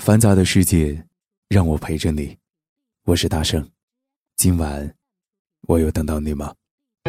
繁杂的世界，让我陪着你。我是大圣，今晚我有等到你吗？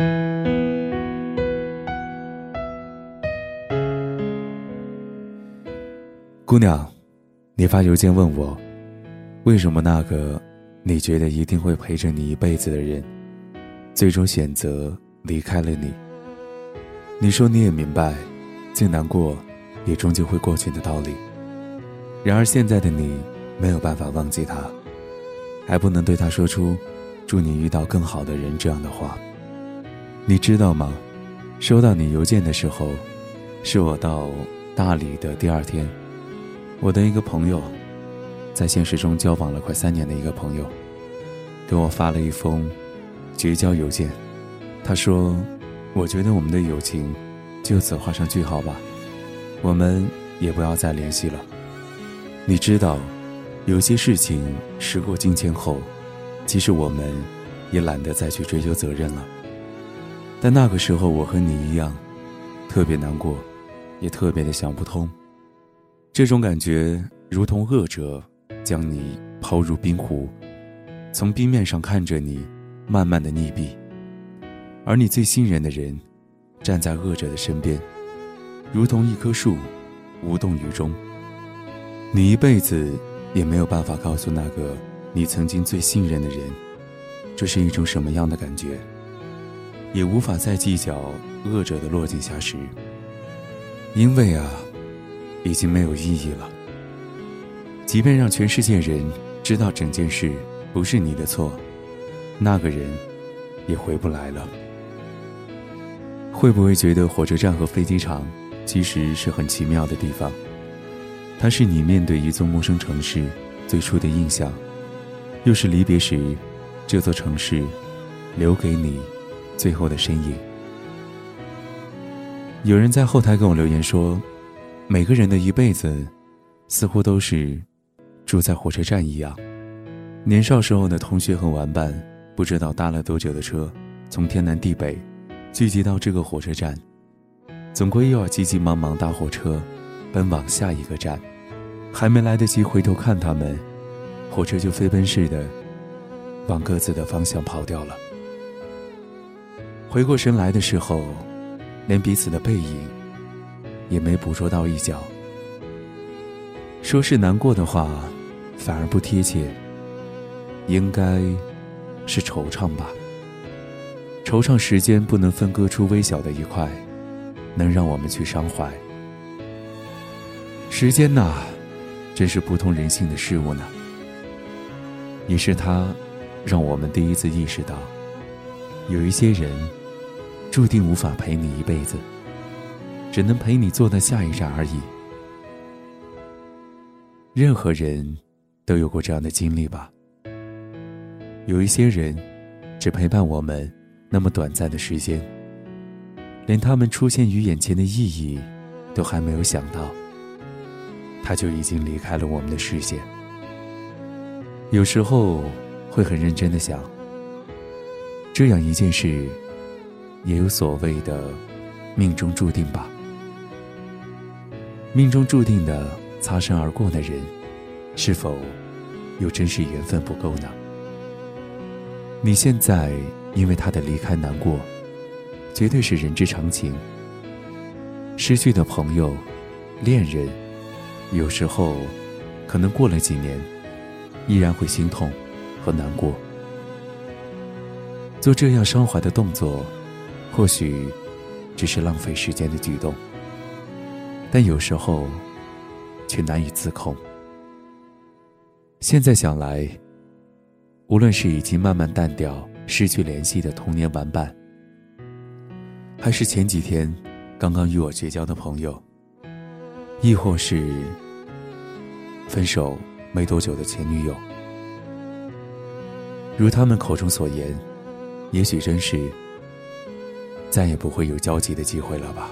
姑娘，你发邮件问我，为什么那个你觉得一定会陪着你一辈子的人，最终选择离开了你。你说你也明白，最难过也终究会过去的道理。然而现在的你没有办法忘记他，还不能对他说出祝你遇到更好的人这样的话。你知道吗？收到你邮件的时候，是我到大理的第二天。我的一个朋友，在现实中交往了快3年的一个朋友，给我发了一封绝交邮件。他说，我觉得我们的友情就此画上句号吧，我们也不要再联系了。你知道，有些事情时过境迁后，其实我们也懒得再去追究责任了。但那个时候我和你一样，特别难过，也特别的想不通。这种感觉如同恶者将你抛入冰湖，从冰面上看着你慢慢的溺毙，而你最信任的人站在恶者的身边，如同一棵树无动于衷。你一辈子也没有办法告诉那个你曾经最信任的人，这是一种什么样的感觉，也无法再计较恶者的落井下石，因为已经没有意义了。即便让全世界人知道整件事不是你的错，那个人也回不来了。会不会觉得火车站和飞机场其实是很奇妙的地方？它是你面对一座陌生城市最初的印象，又是离别时这座城市留给你最后的身影。有人在后台跟我留言说，每个人的一辈子似乎都是住在火车站一样。年少时候的同学和玩伴，不知道搭了多久的车，从天南地北聚集到这个火车站，总归又要急急忙忙搭火车奔往下一个站，还没来得及回头看他们，火车就飞奔似的往各自的方向跑掉了。回过神来的时候，连彼此的背影也没捕捉到一角。说是难过的话反而不贴切，应该是惆怅吧。惆怅时间不能分割出微小的一块，能让我们去伤怀。时间呐，真是不通人性的事物呢。也是它让我们第一次意识到，有一些人注定无法陪你一辈子，只能陪你坐在下一站而已。任何人都有过这样的经历吧。有一些人只陪伴我们那么短暂的时间，连他们出现于眼前的意义都还没有想到，他就已经离开了我们的视线。有时候会很认真地想，这样一件事也有所谓的命中注定吧。命中注定的擦身而过的人，是否又真是缘分不够呢？你现在因为他的离开难过，绝对是人之常情。失去的朋友、恋人，有时候可能过了几年依然会心痛和难过。做这样伤怀的动作，或许只是浪费时间的举动，但有时候却难以自控。现在想来，无论是已经慢慢淡掉失去联系的童年玩伴，还是前几天刚刚与我绝交的朋友，亦或是分手没多久的前女友，如他们口中所言，也许真是再也不会有交集的机会了吧。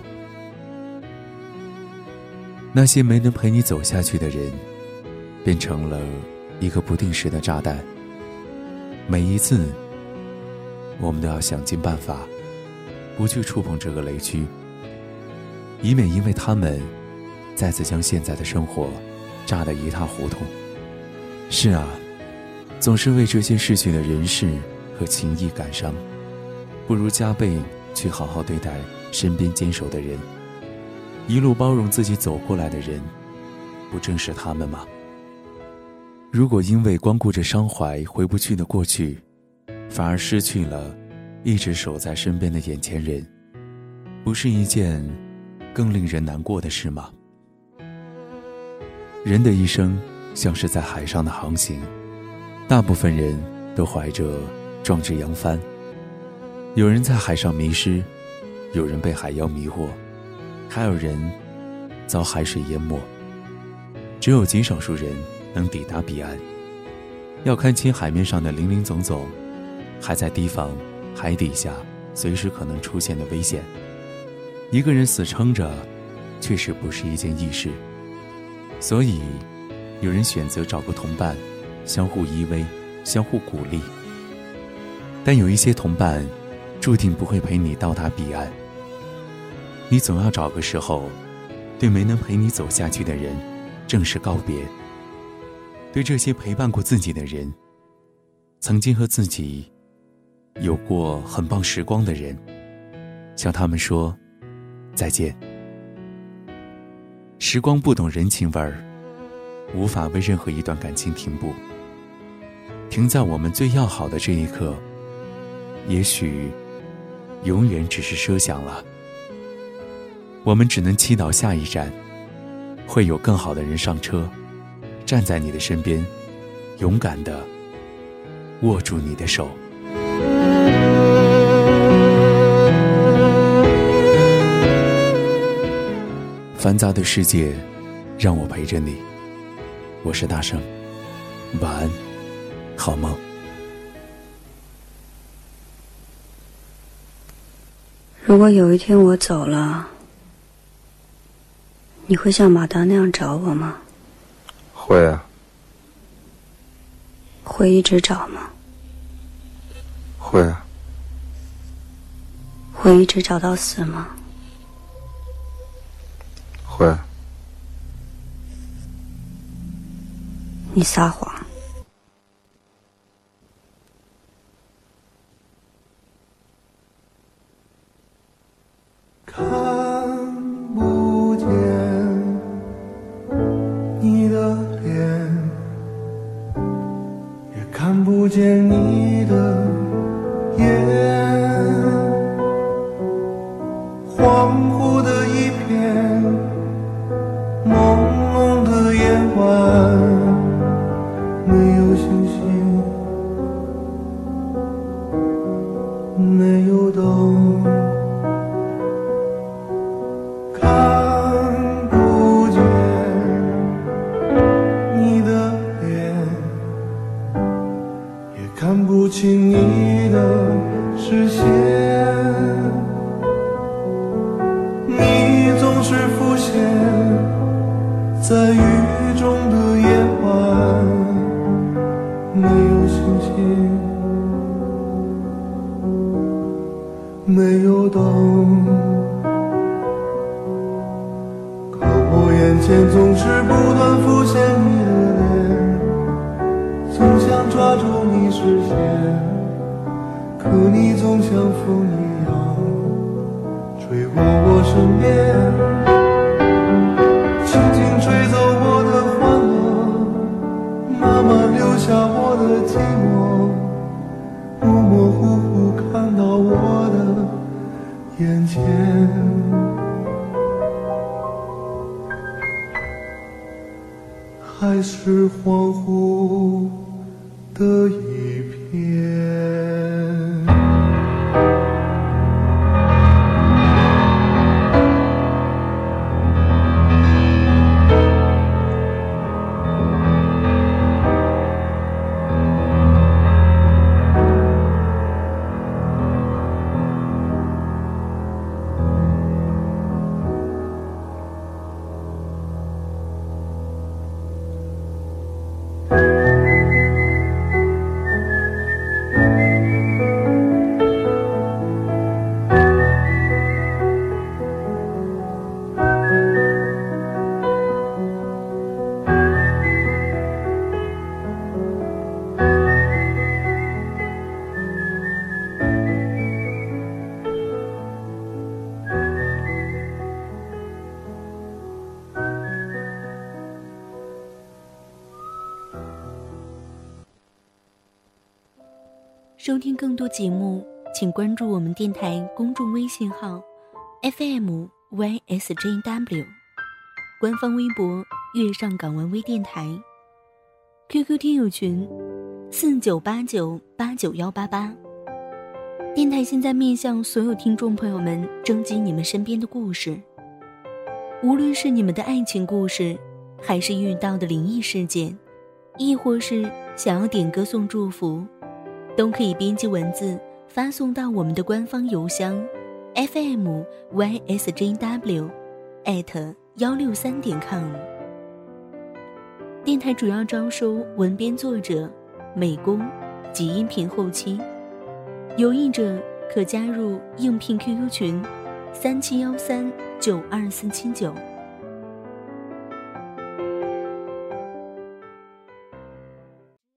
那些没能陪你走下去的人，变成了一个不定时的炸弹。每一次我们都要想尽办法不去触碰这个雷区，以免因为他们再次将现在的生活炸得一塌糊涂。是啊，总是为这些逝去的人事和情谊感伤，不如加倍去好好对待身边坚守的人。一路包容自己走过来的人，不正是他们吗？如果因为光顾着伤怀回不去的过去，反而失去了一直守在身边的眼前人，不是一件更令人难过的事吗？人的一生像是在海上的航行，大部分人都怀着壮志扬帆，有人在海上迷失，有人被海妖迷惑，还有人遭海水淹没。只有极少数人能抵达彼岸。要看清海面上的林林总总，还在提防海底下随时可能出现的危险。一个人死撑着确实不是一件易事，所以有人选择找个同伴，相互依偎，相互鼓励。但有一些同伴注定不会陪你到达彼岸，你总要找个时候对没能陪你走下去的人正式告别。对这些陪伴过自己的人，曾经和自己有过很棒时光的人，向他们说再见。时光不懂人情味儿，无法为任何一段感情停步。停在我们最要好的这一刻，也许永远只是奢想了。我们只能祈祷下一站会有更好的人上车，站在你的身边，勇敢地握住你的手。繁杂的世界让我陪着你，我是大圣，晚安，好梦。 如果有一天我走了，你会像马达那样找我吗？ 会啊。 会一直找吗？ 会啊。 会一直找到死吗？ 会。 你撒谎。 看不见你的脸，也看不见你的眼，恍惚的一片，朦胧的夜晚，没有星星，没有灯，看不见你的脸，也看不清你的视线，你总是浮现在雨中的夜晚，没有星星，没有灯，可我眼前总是不断浮现你的脸，总想抓住你视线，可你总像风一样吹过我身边，轻轻吹走我的欢乐，慢慢留下我的寂寞，模模糊糊看到我的眼前，还是恍惚的一片。 收听更多节目，请关注我们电台公众微信号 FMYSJW， 官方微博粤上港湾微电台， QQ 听友群4989898188。电台现在面向所有听众朋友们征集你们身边的故事，无论是你们的爱情故事，还是遇到的灵异事件，亦或是想要点歌送祝福，都可以编辑文字发送到我们的官方邮箱 fmysjw@163.com。 电台主要招收文编作者、美工及音频后期，有意者可加入应聘 QQ 群3713924779。